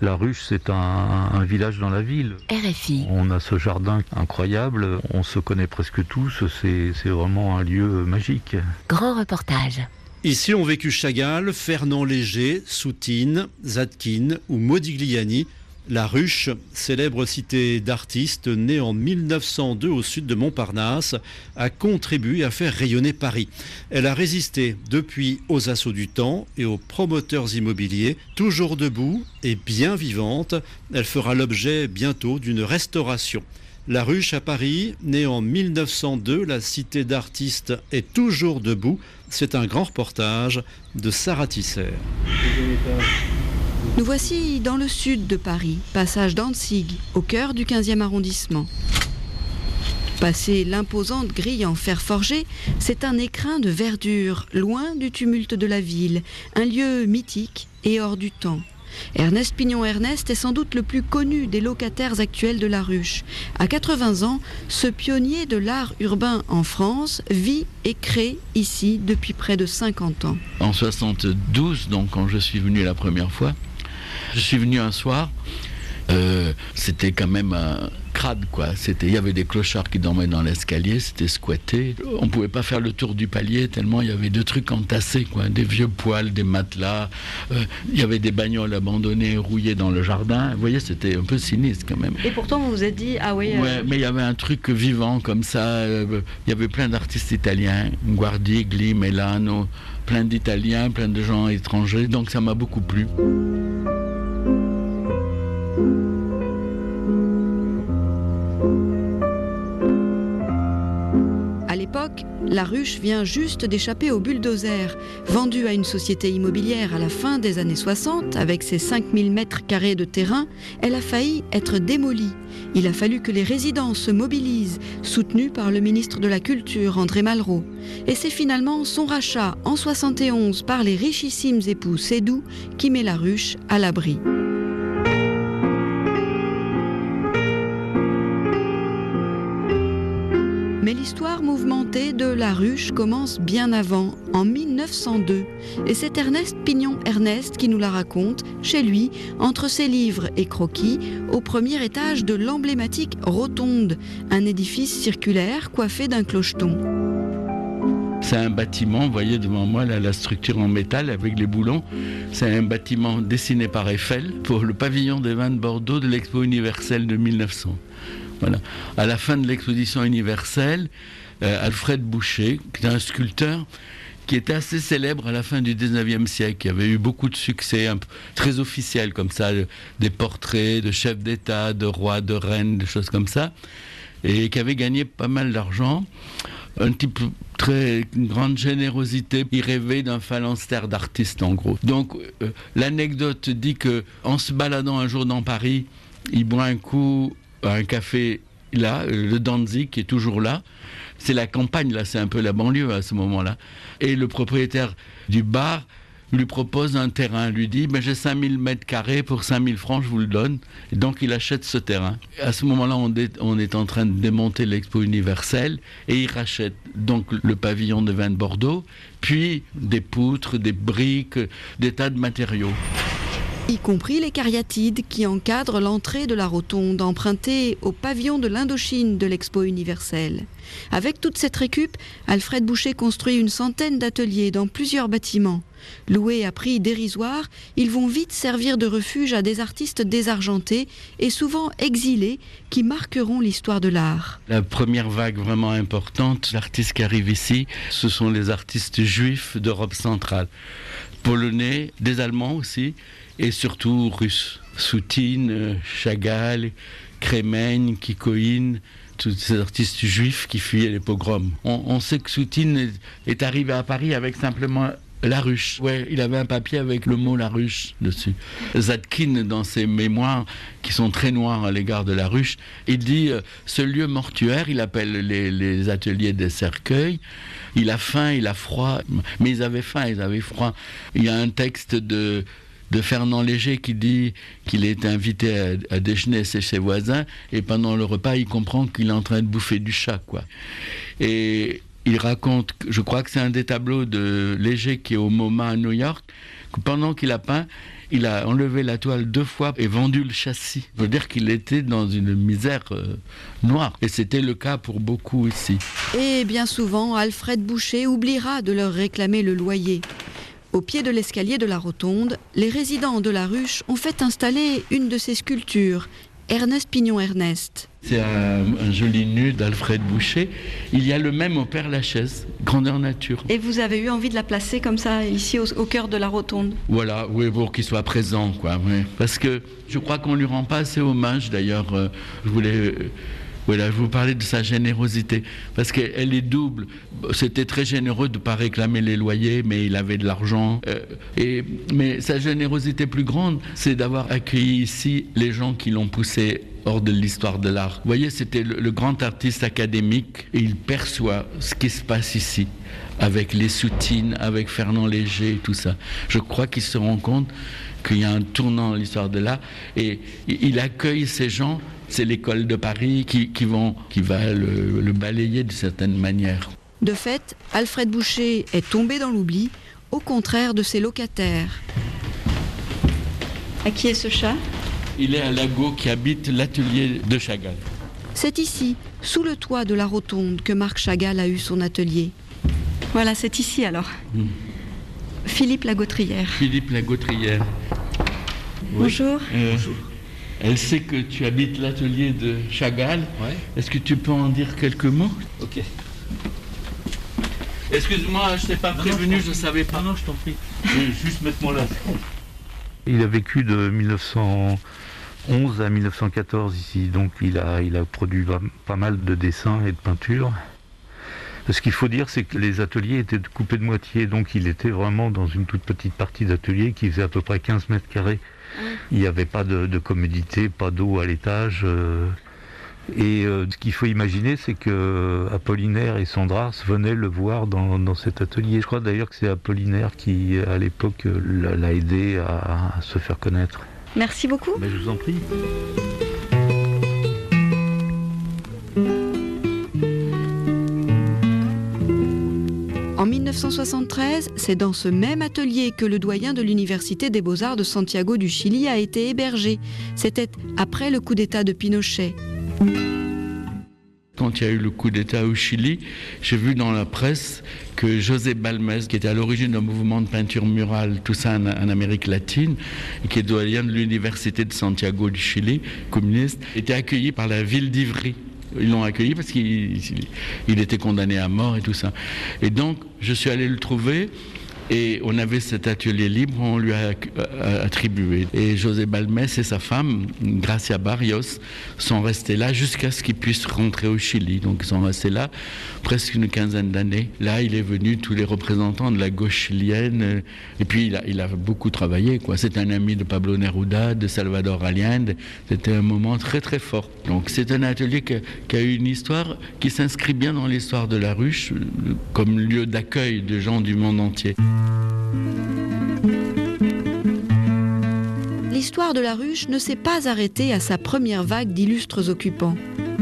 La Ruche, c'est un village dans la ville. RFI. On a ce jardin incroyable, on se connaît presque tous, c'est vraiment un lieu magique. Grand reportage. Ici ont vécu Chagall, Fernand Léger, Soutine, Zadkine ou Modigliani. La Ruche, célèbre cité d'artistes née en 1902 au sud de Montparnasse, a contribué à faire rayonner Paris. Elle a résisté depuis aux assauts du temps et aux promoteurs immobiliers. Toujours debout et bien vivante, elle fera l'objet bientôt d'une restauration. La Ruche à Paris, née en 1902, la cité d'artistes est toujours debout. C'est un grand reportage de Sarah Tisser. Nous voici dans le sud de Paris, passage d'Anzig, au cœur du 15e arrondissement. Passé l'imposante grille en fer forgé, c'est un écrin de verdure, loin du tumulte de la ville, un lieu mythique et hors du temps. Ernest Pignon-Ernest est sans doute le plus connu des locataires actuels de la Ruche. À 80 ans, ce pionnier de l'art urbain en France vit et crée ici depuis près de 50 ans. En 72, donc quand je suis venu la première fois, je suis venu un soir, c'était quand même un crade quoi. Il y avait des clochards qui dormaient dans l'escalier, c'était squatté. On pouvait pas faire le tour du palier tellement il y avait de trucs entassés quoi, des vieux poêles, des matelas. Il y avait des bagnoles abandonnées, rouillées dans le jardin. Vous voyez, c'était un peu sinistre quand même. Et pourtant vous vous êtes dit ah oui. Ouais, mais il y avait un truc vivant comme ça. Il y avait plein d'artistes italiens, Guardigli, Melano, plein d'Italiens, plein de gens étrangers. Donc ça m'a beaucoup plu. À l'époque, la Ruche vient juste d'échapper au bulldozer. Vendue à une société immobilière à la fin des années 60, avec ses 5000 mètres carrés de terrain, elle a failli être démolie. Il a fallu que les résidents se mobilisent, soutenus par le ministre de la Culture, André Malraux. Et c'est finalement son rachat en 71 par les richissimes époux Sédou qui met la Ruche à l'abri. Mais l'histoire mouvementée de la Ruche commence bien avant, en 1902. Et c'est Ernest Pignon-Ernest qui nous la raconte, chez lui, entre ses livres et croquis, au premier étage de l'emblématique Rotonde, un édifice circulaire coiffé d'un clocheton. C'est un bâtiment, vous voyez devant moi là, la structure en métal avec les boulons. C'est un bâtiment dessiné par Eiffel pour le pavillon des vins de Bordeaux de l'Expo universelle de 1900. Voilà. À la fin de l'exposition universelle, Alfred Boucher, qui est un sculpteur qui était assez célèbre à la fin du 19e siècle, qui avait eu beaucoup de succès, très officiels comme ça, des portraits de chefs d'État, de rois, de reines, des choses comme ça, et qui avait gagné pas mal d'argent. Un type une grande générosité, il rêvait d'un phalanstère d'artistes en gros. Donc l'anecdote dit que en se baladant un jour dans Paris, il boit un coup à un café là, le Danzig qui est toujours là. C'est la campagne là, c'est un peu la banlieue à ce moment-là. Et le propriétaire du bar lui propose un terrain, lui dit j'ai 5000 mètres carrés pour 5000 francs, je vous le donne. Et donc il achète ce terrain. À ce moment-là, on est en train de démonter l'Expo universelle et il rachète donc le pavillon de vin de Bordeaux, puis des poutres, des briques, des tas de matériaux. Y compris les cariatides qui encadrent l'entrée de la rotonde empruntée au pavillon de l'Indochine de l'Expo universelle. Avec toute cette récup, Alfred Boucher construit une centaine d'ateliers dans plusieurs bâtiments. Loués à prix dérisoire, ils vont vite servir de refuge à des artistes désargentés et souvent exilés qui marqueront l'histoire de l'art. La première vague vraiment importante, l'artiste qui arrive ici, ce sont les artistes juifs d'Europe centrale. Polonais, des Allemands aussi, et surtout russes. Soutine, Chagall, Crémeigne, Kikoïne, tous ces artistes juifs qui fuyaient les pogroms. On sait que Soutine est arrivé à Paris avec simplement la Ruche. Ouais, il avait un papier avec le mot la Ruche dessus. Zadkine, dans ses mémoires, qui sont très noirs à l'égard de la Ruche, il dit ce lieu mortuaire, il appelle les ateliers des cercueils. Il a faim, il a froid, mais ils avaient faim, ils avaient froid. Il y a un texte de Fernand Léger qui dit qu'il est invité à déjeuner chez ses voisins et pendant le repas, il comprend qu'il est en train de bouffer du chat, quoi. Et Il raconte, je crois que c'est un des tableaux de Léger qui est au MoMA à New York, que pendant qu'il a peint, il a enlevé la toile 2 fois et vendu le châssis. Ça veut dire qu'il était dans une misère noire. Et c'était le cas pour beaucoup ici. Et bien souvent, Alfred Boucher oubliera de leur réclamer le loyer. Au pied de l'escalier de la rotonde, les résidents de la ruche ont fait installer une de ces sculptures, Ernest Pignon-Ernest. C'est un joli nu d'Alfred Boucher. Il y a le même au Père-Lachaise, grandeur nature. Et vous avez eu envie de la placer comme ça, ici au cœur de la rotonde? Voilà, oui, pour qu'il soit présent, quoi. Oui. Parce que je crois qu'on lui rend pas assez hommage, d'ailleurs. Je voulais... Voilà, je vous parlais de sa générosité, parce qu'elle est double. C'était très généreux de ne pas réclamer les loyers, mais il avait de l'argent. Mais sa générosité plus grande, c'est d'avoir accueilli ici les gens qui l'ont poussé hors de l'histoire de l'art. Vous voyez, c'était le grand artiste académique, et il perçoit ce qui se passe ici, avec les Soutines, avec Fernand Léger et tout ça. Je crois qu'il se rend compte qu'il y a un tournant dans l'histoire de l'art, et il accueille ces gens. C'est l'école de Paris qui va le balayer de certaine manière. De fait, Alfred Boucher est tombé dans l'oubli, au contraire de ses locataires. À qui est ce chat? Il est à Lago qui habite l'atelier de Chagall. C'est ici, sous le toit de la rotonde, que Marc Chagall a eu son atelier. Voilà, c'est ici alors. Philippe Lagautrière. Philippe Lagautrière. Bonjour. Bonjour. Elle sait que tu habites l'atelier de Chagall. Ouais. Est-ce que tu peux en dire quelques mots? Ok. Excuse-moi, je t'ai pas prévenu, je ne savais pas. Non, je t'en prie. Je vais juste mettre mon masque. Il a vécu de 1911 à 1914 ici, donc il a produit pas mal de dessins et de peintures. Ce qu'il faut dire, c'est que les ateliers étaient coupés de moitié, donc il était vraiment dans une toute petite partie d'atelier qui faisait à peu près 15 mètres carrés. Il n'y avait pas de commodité, pas d'eau à l'étage. Ce qu'il faut imaginer, c'est que Apollinaire et Sandrars venaient le voir dans cet atelier. Je crois d'ailleurs que c'est Apollinaire qui, à l'époque, l'a aidé à se faire connaître. Merci beaucoup. Mais je vous en prie. En 1973, c'est dans ce même atelier que le doyen de l'Université des Beaux-Arts de Santiago du Chili a été hébergé. C'était après le coup d'État de Pinochet. Quand il y a eu le coup d'État au Chili, j'ai vu dans la presse que José Balmez, qui était à l'origine d'un mouvement de peinture murale, tout ça en Amérique latine, et qui est doyen de l'Université de Santiago du Chili, communiste, était accueilli par la ville d'Ivry. Ils l'ont accueilli parce qu'il était condamné à mort et tout ça. Et donc, je suis allé le trouver et on avait cet atelier libre, on lui a attribué. Et José Balmez et sa femme, Gracia Barrios, sont restés là jusqu'à ce qu'ils puissent rentrer au Chili. Donc, ils sont restés là presque une quinzaine d'années. Là, il est venu, tous les représentants de la gauche chilienne. Et puis, il a beaucoup travaillé, quoi. C'est un ami de Pablo Neruda, de Salvador Allende. C'était un moment très, très fort. Donc, c'est un atelier qui a eu une histoire qui s'inscrit bien dans l'histoire de la ruche, comme lieu d'accueil de gens du monde entier. L'histoire de la ruche ne s'est pas arrêtée à sa première vague d'illustres occupants.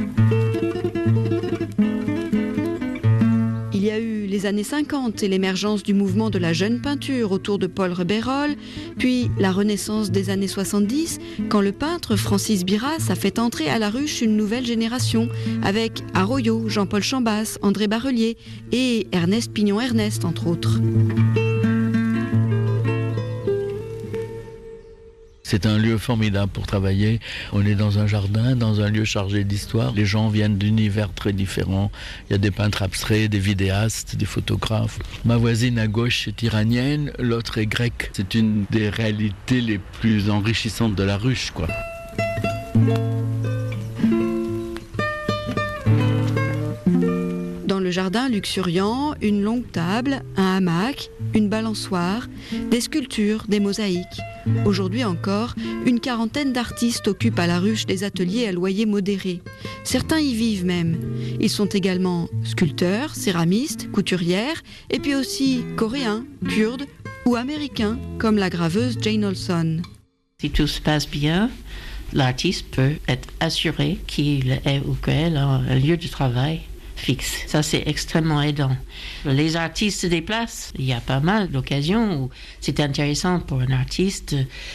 Il y a eu les années 50 et l'émergence du mouvement de la jeune peinture autour de Paul Rebérol, puis la renaissance des années 70, quand le peintre Francis Biras a fait entrer à la ruche une nouvelle génération, avec Arroyo, Jean-Paul Chambas, André Barrelier et Ernest Pignon-Ernest, entre autres. C'est un lieu formidable pour travailler. On est dans un jardin, dans un lieu chargé d'histoire. Les gens viennent d'univers très différents. Il y a des peintres abstraits, des vidéastes, des photographes. Ma voisine à gauche est iranienne, l'autre est grecque. C'est une des réalités les plus enrichissantes de la ruche, quoi. Dans le jardin luxuriant, une longue table, un hamac, une balançoire, des sculptures, des mosaïques. Aujourd'hui encore, une quarantaine d'artistes occupent à la ruche des ateliers à loyer modéré. Certains y vivent même. Ils sont également sculpteurs, céramistes, couturières, et puis aussi coréens, kurdes ou américains, comme la graveuse Jane Olson. Si tout se passe bien, l'artiste peut être assuré qu'il est ou qu'elle a un lieu de travail fixe. Ça, c'est extrêmement aidant. Les artistes se déplacent. Il y a pas mal d'occasions où c'est intéressant pour un artiste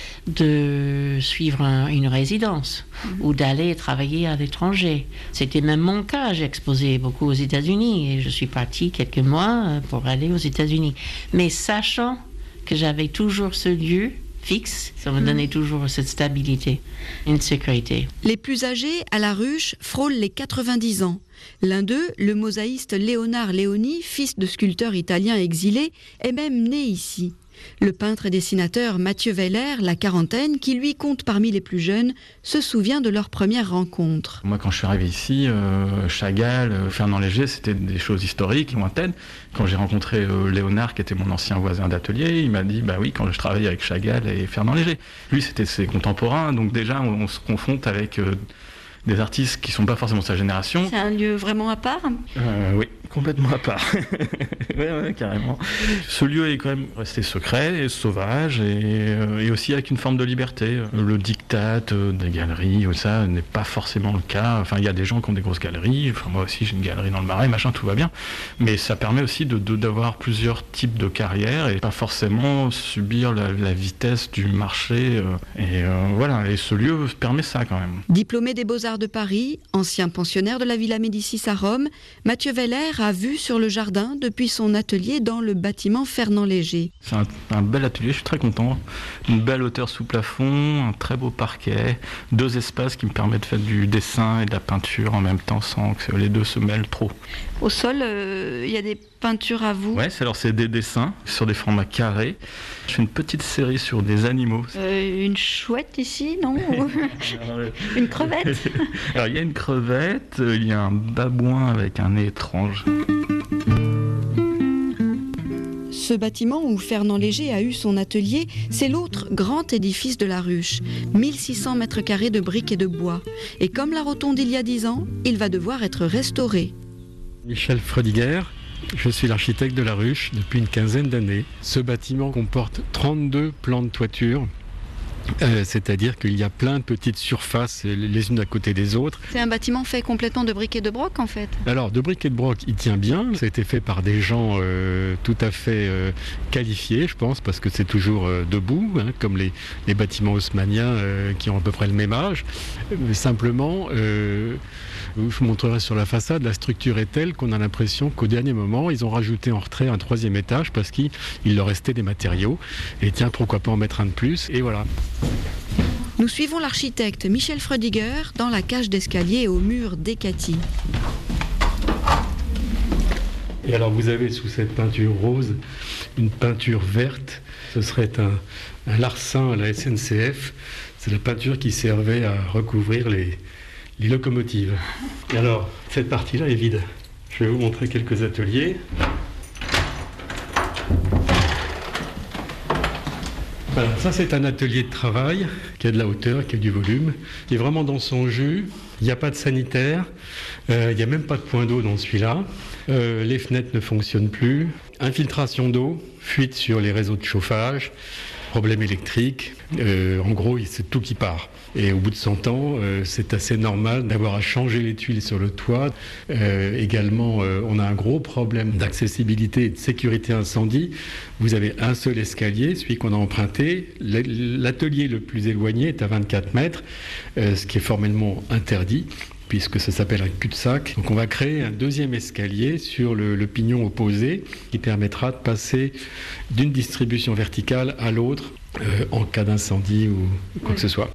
de suivre une résidence ou d'aller travailler à l'étranger. C'était même mon cas. J'exposais beaucoup aux États-Unis et je suis partie quelques mois pour aller aux États-Unis. Mais sachant que j'avais toujours ce lieu fixe, ça me donnait toujours cette stabilité, une sécurité. Les plus âgés à la ruche frôlent les 90 ans. L'un d'eux, le mosaïste Léonard Leoni, fils de sculpteur italien exilé, est même né ici. Le peintre et dessinateur Mathieu Weller, la quarantaine, qui lui compte parmi les plus jeunes, se souvient de leur première rencontre. Moi, quand je suis arrivé ici, Chagall, Fernand Léger, c'était des choses historiques, lointaines. Quand j'ai rencontré Léonard, qui était mon ancien voisin d'atelier, il m'a dit, bah oui, quand je travaillais avec Chagall et Fernand Léger. Lui, c'était ses contemporains, donc déjà, on se confronte avec des artistes qui ne sont pas forcément de sa génération. C'est un lieu vraiment à part ? Oui, complètement à part. ouais, carrément. Ce lieu est quand même resté secret et sauvage et aussi avec une forme de liberté. Le diktat des galeries, ça n'est pas forcément le cas. Enfin, il y a des gens qui ont des grosses galeries. Enfin, moi aussi, j'ai une galerie dans le Marais, machin, tout va bien. Mais ça permet aussi d'avoir plusieurs types de carrières et pas forcément subir la vitesse du marché. Voilà, et ce lieu permet ça quand même. Diplômé des Beaux-Arts de Paris, ancien pensionnaire de la Villa Médicis à Rome, Mathieu Weller a vue sur le jardin depuis son atelier dans le bâtiment Fernand Léger. C'est un bel atelier, je suis très content. Une belle hauteur sous plafond, un très beau parquet, 2 espaces qui me permettent de faire du dessin et de la peinture en même temps sans que les deux se mêlent trop. Au sol, il y a des peintures à vous ? Ouais, c'est des dessins sur des formats carrés. Je fais une petite série sur des animaux. Une chouette ici, non ? Une crevette ? Alors il y a une crevette, il y a un babouin avec un nez étrange. Ce bâtiment où Fernand Léger a eu son atelier, c'est l'autre grand édifice de la ruche. 1600 mètres carrés de briques et de bois. Et comme la rotonde il y a 10 ans, il va devoir être restauré. Michel Frödiger, je suis l'architecte de la ruche depuis une quinzaine d'années. Ce bâtiment comporte 32 plans de toiture. C'est-à-dire qu'il y a plein de petites surfaces les unes à côté des autres. C'est un bâtiment fait complètement de briques et de broc en fait. Alors de briques et de broc, il tient bien. Ça a été fait par des gens tout à fait qualifiés, je pense, parce que c'est toujours debout, comme les bâtiments haussmanniens qui ont à peu près le même âge. Simplement, je vous montrerai sur la façade, la structure est telle qu'on a l'impression qu'au dernier moment, ils ont rajouté en retrait un 3e étage parce qu'il leur restait des matériaux. Et tiens, pourquoi pas en mettre un de plus ? Et voilà. Nous suivons l'architecte Michel Frödiger dans la cage d'escalier au mur d'Hécatie. Et alors vous avez sous cette peinture rose une peinture verte. Ce serait un larcin à la SNCF. C'est la peinture qui servait à recouvrir les locomotives. Et alors, cette partie-là est vide. Je vais vous montrer quelques ateliers. Voilà, ça c'est un atelier de travail qui a de la hauteur, qui a du volume, qui est vraiment dans son jus. Il n'y a pas de sanitaire, il n'y a même pas de point d'eau dans celui-là. Les fenêtres ne fonctionnent plus. Infiltration d'eau, fuite sur les réseaux de chauffage, problème électrique. En gros, c'est tout qui part. Et au bout de 100 ans, c'est assez normal d'avoir à changer les tuiles sur le toit. Également, on a un gros problème d'accessibilité et de sécurité incendie. Vous avez un seul escalier, celui qu'on a emprunté. L'atelier le plus éloigné est à 24 mètres, ce qui est formellement interdit, puisque ça s'appelle un cul-de-sac. Donc on va créer un 2e escalier sur le pignon opposé qui permettra de passer d'une distribution verticale à l'autre en cas d'incendie ou quoi que ce soit.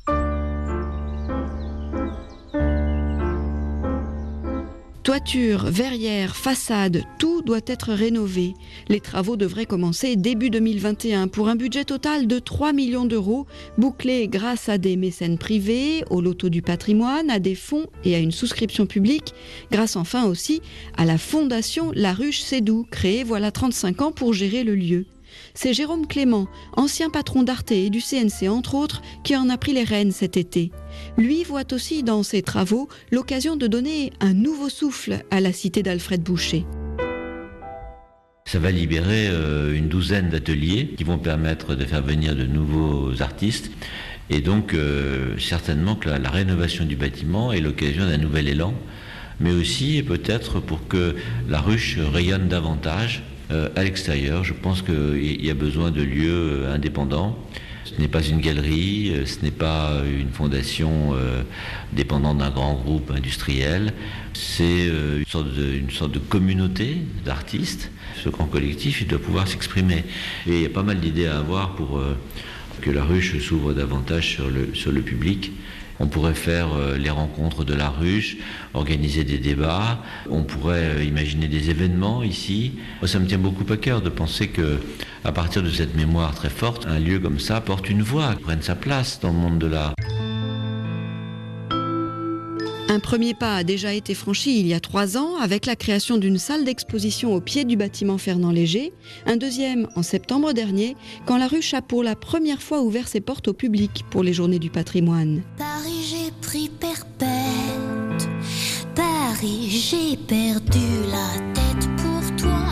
Toiture, verrière, façade, tout doit être rénové. Les travaux devraient commencer début 2021 pour un budget total de 3 millions d'euros, bouclé grâce à des mécènes privés, au loto du patrimoine, à des fonds et à une souscription publique, grâce enfin aussi à la fondation La Ruche Sédou, créée voilà 35 ans pour gérer le lieu. C'est Jérôme Clément, ancien patron d'Arte et du CNC entre autres, qui en a pris les rênes cet été. Lui voit aussi dans ses travaux l'occasion de donner un nouveau souffle à la cité d'Alfred Boucher. Ça va libérer une douzaine d'ateliers qui vont permettre de faire venir de nouveaux artistes. Et donc, certainement que la rénovation du bâtiment est l'occasion d'un nouvel élan mais aussi peut-être pour que la ruche rayonne davantage à l'extérieur. Je pense qu'il y a besoin de lieux indépendants. Ce n'est pas une galerie, ce n'est pas une fondation dépendante d'un grand groupe industriel. C'est une sorte de communauté d'artistes. Ce grand collectif, il doit pouvoir s'exprimer. Et il y a pas mal d'idées à avoir pour que la ruche s'ouvre davantage sur le public. On pourrait faire les rencontres de la ruche, organiser des débats, on pourrait imaginer des événements ici. Moi, ça me tient beaucoup à cœur de penser que, à partir de cette mémoire très forte, un lieu comme ça porte une voix, prenne sa place dans le monde de l'art. Un premier pas a déjà été franchi il y a 3 ans avec la création d'une salle d'exposition au pied du bâtiment Fernand Léger, un deuxième en septembre dernier quand la ruche a pour la première fois ouvert ses portes au public pour les Journées du patrimoine. Paris, j'ai pris perpète, Paris, j'ai perdu la tête pour toi.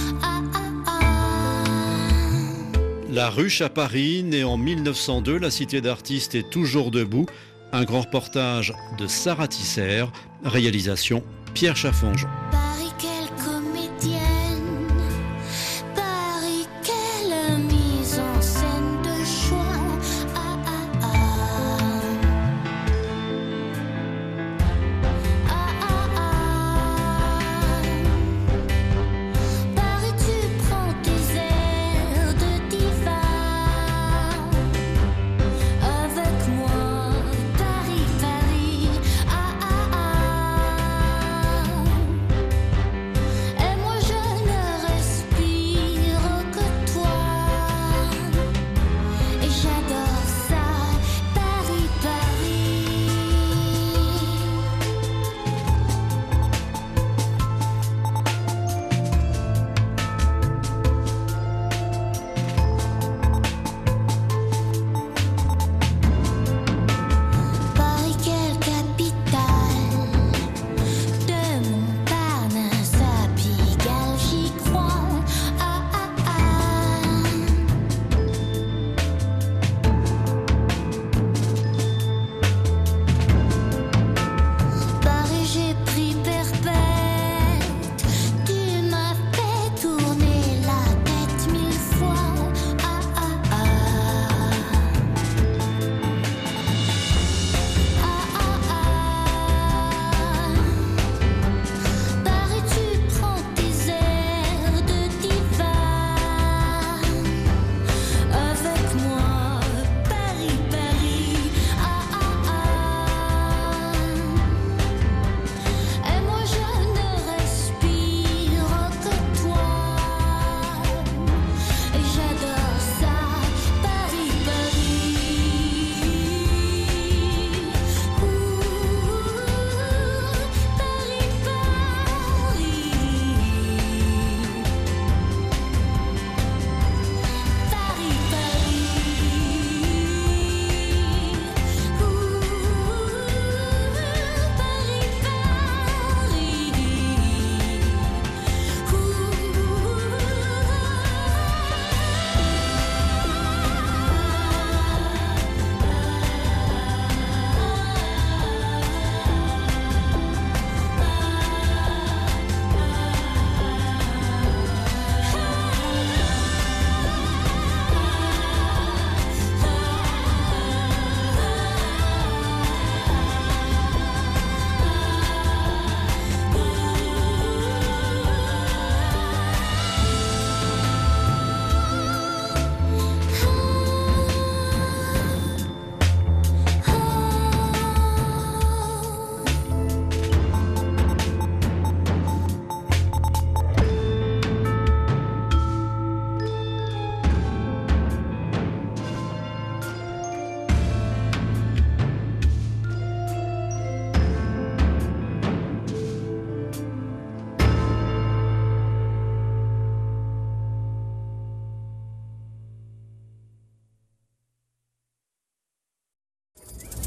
La ruche à Paris, née en 1902, la cité d'artistes est toujours debout. Un grand reportage de Sarah Tisser, réalisation Pierre Chaffonge.